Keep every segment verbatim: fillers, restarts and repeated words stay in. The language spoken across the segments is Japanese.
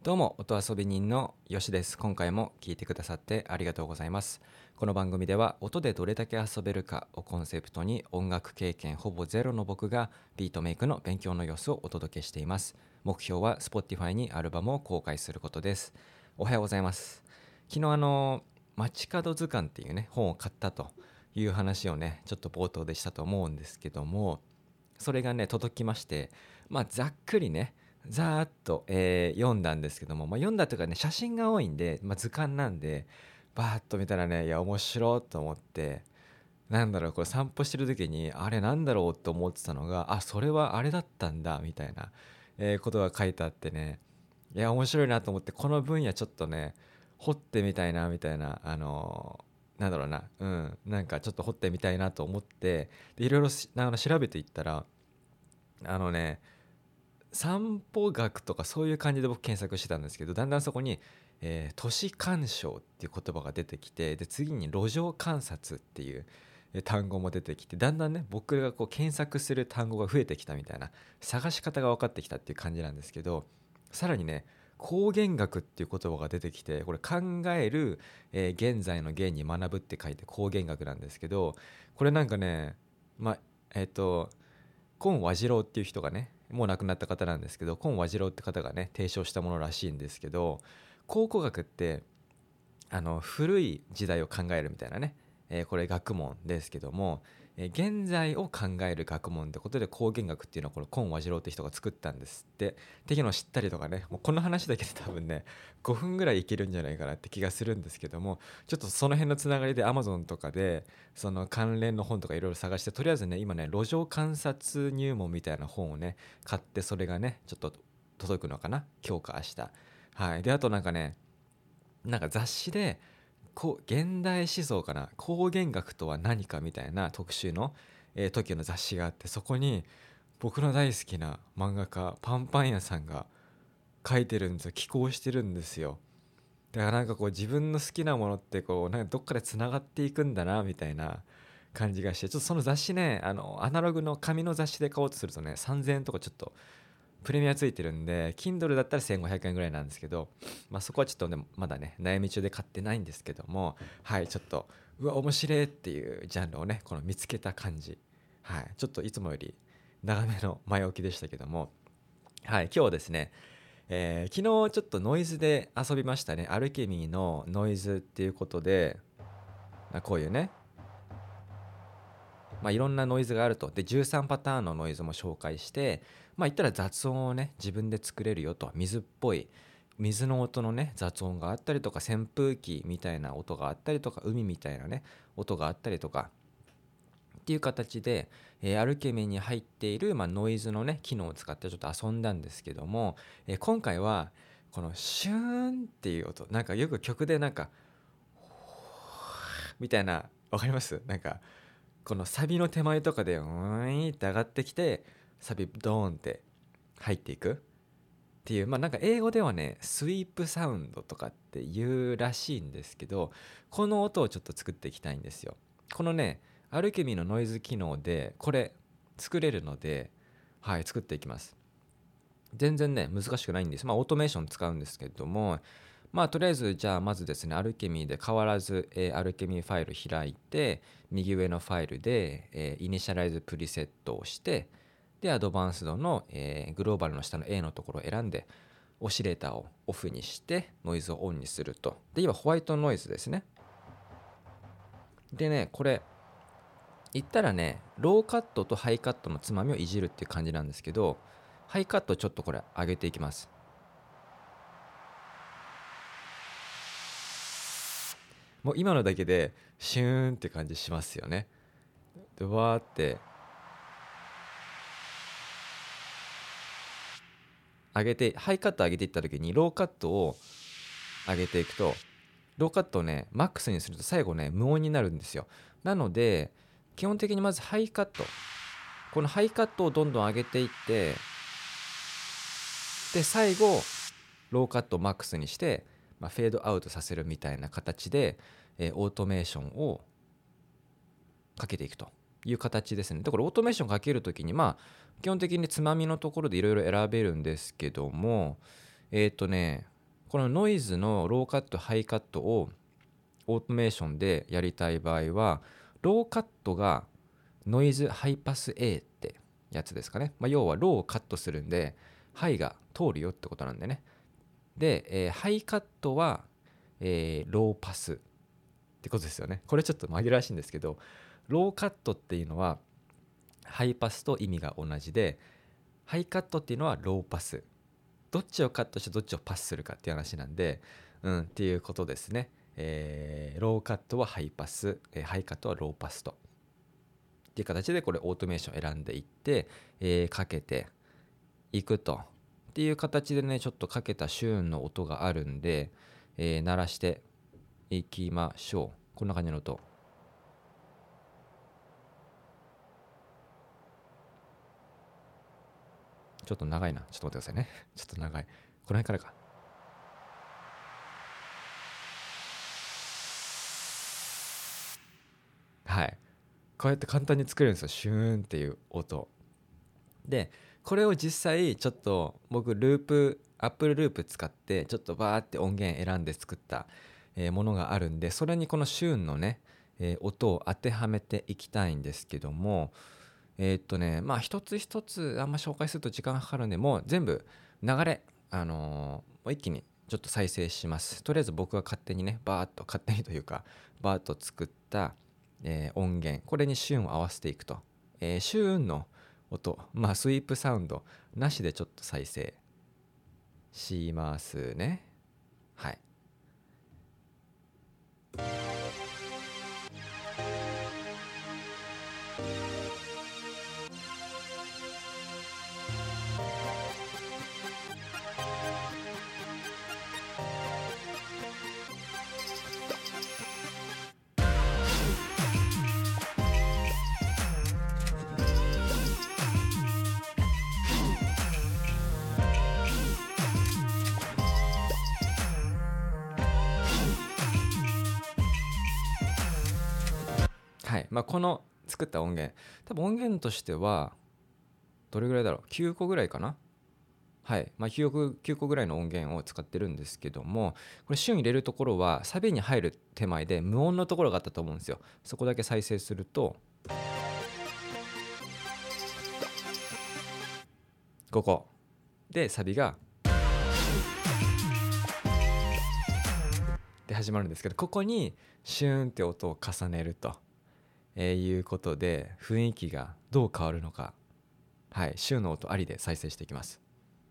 どうも音遊び人のよしです。今回も聞いてくださってありがとうございます。この番組では音でどれだけ遊べるかをコンセプトに、音楽経験ほぼゼロの僕がビートメイクの勉強の様子をお届けしています。目標は Spotify にアルバムを公開することです。おはようございます。昨日あの街角図鑑っていうね本を買ったという話をねちょっと冒頭でしたと思うんですけども、それがね届きまして、まあざっくりねざーっと、えー読んだんですけども、まあ、読んだというかね写真が多いんで、まあ、図鑑なんでバーッと見たらね、いや面白いと思って、なんだろうこれ散歩してる時にあれなんだろうと思ってたのが、あそれはあれだったんだみたいな、えーことが書いてあってね、いや面白いなと思って、この分野ちょっとね掘ってみたいなみたいな、あのーなんだろうな、うんなんかちょっと掘ってみたいなと思って、でいろいろしあの調べていったら、あのね散歩学とかそういう感じで僕検索してたんですけど、だんだんそこに、えー都市鑑賞っていう言葉が出てきて、で次に路上観察っていうえー単語も出てきて、だんだんね僕がこう検索する単語が増えてきたみたいな、探し方が分かってきたっていう感じなんですけど、さらにね光源学っていう言葉が出てきて、これ考える、えー現在の現に学ぶって書いて光源学なんですけど、これなんかね、まあえっ、と今和次郎っていう人がね、もう亡くなった方なんですけど、今和次郎って方がね提唱したものらしいんですけど、考古学ってあの古い時代を考えるみたいなね、えーこれ学問ですけども、えー現在を考える学問ってことで光源学っていうのはこの今和次郎って人が作ったんですってっていうのを知ったりとかね、もうこの話だけで多分ねごふんぐらいいけるんじゃないかなって気がするんですけども、ちょっとその辺のつながりで Amazon とかでその関連の本とかいろいろ探して、とりあえずね今ね路上観察入門みたいな本をね買って、それがねちょっと届くのかな、今日か明日。はい。であとなんかね、なんか雑誌でこう現代思想かな、光源学とは何かみたいな特集の、えー時の雑誌があって、そこに僕の大好きな漫画家パンパン屋さんが書いてるんですよ。寄稿してるんですよ。だからなんかこう自分の好きなものってこうなんかどっかでつながっていくんだなみたいな感じがして、ちょっとその雑誌ね、あのアナログの紙の雑誌で買おうとするとねさんぜんえんとかちょっとプレミアついてるんで、 Kindle だったらせんごひゃくえんぐらいなんですけど、まあ、そこはちょっとねまだね悩み中で買ってないんですけども、はいちょっとうわ面白いっていうジャンルをねこの見つけた感じ、はいちょっといつもより長めの前置きでしたけども、はい今日はですね、えー昨日ちょっとノイズで遊びましたね。アルケミーのノイズっていうことで、まあこういうね、まあ、いろんなノイズがあると。でじゅうさんパターンのノイズも紹介して、まあ言ったら雑音をね自分で作れるよと。水っぽい水の音のね雑音があったりとか、扇風機みたいな音があったりとか、海みたいなね音があったりとかっていう形で、えーアルケミに入っている、まあ、ノイズのね機能を使ってちょっと遊んだんですけども、えー今回はこのシューンっていう音、なんかよく曲でなんかみたいな、わかります？なんかこのサビの手前とかでウーンって上がってきて、サビドーンって入っていくっていう、まあなんか英語ではねスイープサウンドとかって言うらしいんですけど、この音をちょっと作っていきたいんですよ。このねアルケミのノイズ機能でこれ作れるので、はい作っていきます。全然ね難しくないんです。まあオートメーション使うんですけれども、まあとりあえずじゃあまずですね、アルケミで変わらず、えーアルケミファイル開いて、右上のファイルで、えーイニシャライズプリセットをして、でアドバンスドの、えーグローバルの下の A のところを選んで、オシレーターをオフにしてノイズをオンにすると。で今ホワイトノイズですね。でねこれ言ったらねローカットとハイカットのつまみをいじるっていう感じなんですけど、ハイカットちょっとこれ上げていきます。もう今のだけでシューンって感じしますよね。でわーって上げて、ハイカット上げていった時にローカットを上げていくと、ローカットをねマックスにすると最後ね無音になるんですよ。なので基本的にまずハイカット、このハイカットをどんどん上げていって、で最後ローカットをマックスにして、まあ、フェードアウトさせるみたいな形で、えーオートメーションをかけていくという形ですね。だからオートメーションかけるときに、まあ基本的につまみのところでいろいろ選べるんですけども、えっ、とねこのノイズのローカットハイカットをオートメーションでやりたい場合は、ローカットがノイズハイパス A ってやつですかね。まあ、要はローをカットするんでハイが通るよってことなんでね。で、えーハイカットは、えーローパスってことですよね。これちょっと紛らわしいんですけど、ローカットっていうのはハイパスと意味が同じで、ハイカットっていうのはローパス。どっちをカットしてどっちをパスするかっていう話なんで、うんっていうことですね。えーローカットはハイパス、えーハイカットはローパスとっていう形でこれオートメーション選んでいって、えーかけていくとっていう形でね、ちょっとかけたシューンの音があるんで、えー鳴らしていきましょう。こんな感じの音。ちょっと長いな。ちょっと待ってくださいね。ちょっと長い。この辺からか。はい。こうやって簡単に作れるんですよ。シューンっていう音。で、これを実際ちょっと僕ループ、Apple ループ使ってちょっとバーって音源選んで作った、えーものがあるんで、それにこのシューンのね、えー音を当てはめていきたいんですけども、えーっとね、まあ一つ一つあんま紹介すると時間かかるんで、もう全部流れ、あのーもう一気にちょっと再生します。とりあえず僕が勝手にね、バーっと勝手にというか、バーっと作った、えー音源、これにシューンを合わせていくと。えーシューンの音、まあスイープサウンドなしでちょっと再生しますね。はい。はい。まあこの作った音源、多分音源としてはどれぐらいだろう、きゅうこぐらいかな。はい、まあ、きゅうこ、きゅうこぐらいの音源を使ってるんですけども、これ旬入れるところはサビに入る手前で無音のところがあったと思うんですよ。そこだけ再生するとここでサビがで始まるんですけど、ここにシューンって音を重ねると、えーいうことで雰囲気がどう変わるのか、はい、シューンの音ありで再生していきます。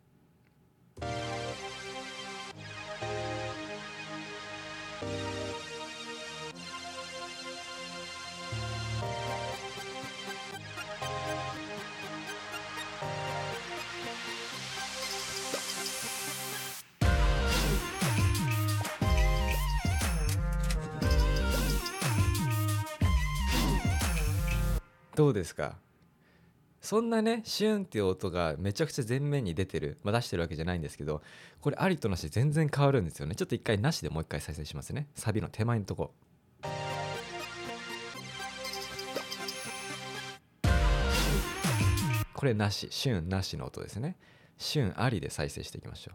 どうですか？そんなね、シュンっていう音がめちゃくちゃ前面に出てる、まあ、出してるわけじゃないんですけど、これありとなし全然変わるんですよね。ちょっと一回なしでもう一回再生しますね。サビの手前のとこ。これなし、シュンなしの音ですね。シュンありで再生していきましょう。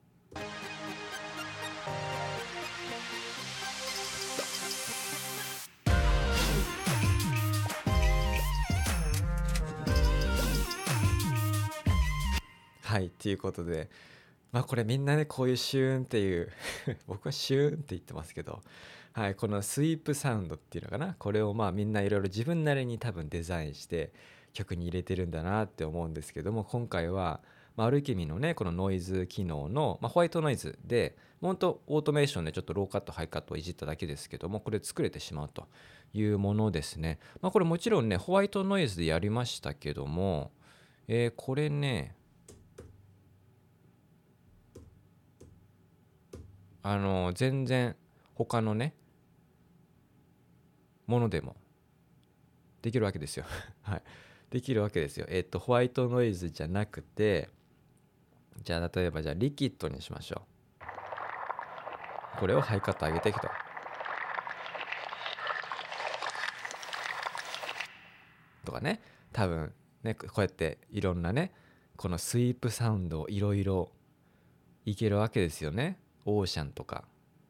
はい、ということで、まあこれみんなね、こういうシューンっていう僕はシューンって言ってますけど、はい、このスイープサウンドっていうのかな、これをまあみんないろいろ自分なりに多分デザインして曲に入れてるんだなって思うんですけども、今回は、まあ、アルキミのねこのノイズ機能の、まあ、ホワイトノイズで本当オートメーションでちょっとローカットハイカットをいじっただけですけども、これ作れてしまうというものですね。まあ、これもちろんねホワイトノイズでやりましたけども、えーこれねあの全然他のねものでもできるわけですよはい、できるわけですよ。えっとホワイトノイズじゃなくて、じゃあ例えばじゃあリキッドにしましょう。これをハイカット上げていくととかね、多分ねこうやっていろんなねこのスイープサウンドをいろいろいけるわけですよね。 オーシャンとか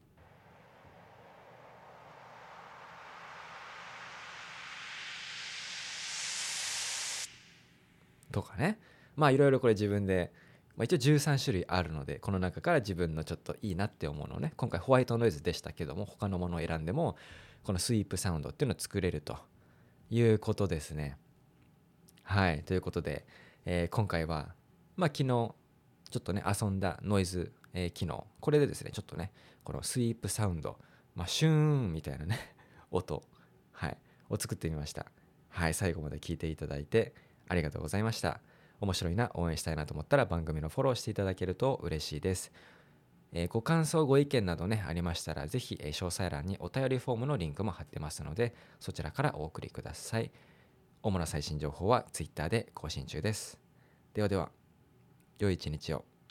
とかね、まあいろいろこれ自分で、まあ、一応じゅうさん種類あるので、この中から自分のちょっといいなって思うのをね、今回ホワイトノイズでしたけども、他のものを選んでもこのスイープサウンドっていうのを作れるということですね。はい、ということで、えー今回はまあ昨日ちょっとね遊んだノイズ、えー機能、これでですねちょっとねこのスイープサウンド、まあ、シューンみたいなね音、はい、を作ってみました。はい、最後まで聞いていただいてありがとうございました。面白いな、応援したいなと思ったら番組のフォローしていただけると嬉しいです。えーご感想ご意見などねありましたら、ぜひ、えー詳細欄にお便りフォームのリンクも貼ってますので、そちらからお送りください。主な最新情報は ツイッター で更新中です。ではでは、良い一日を。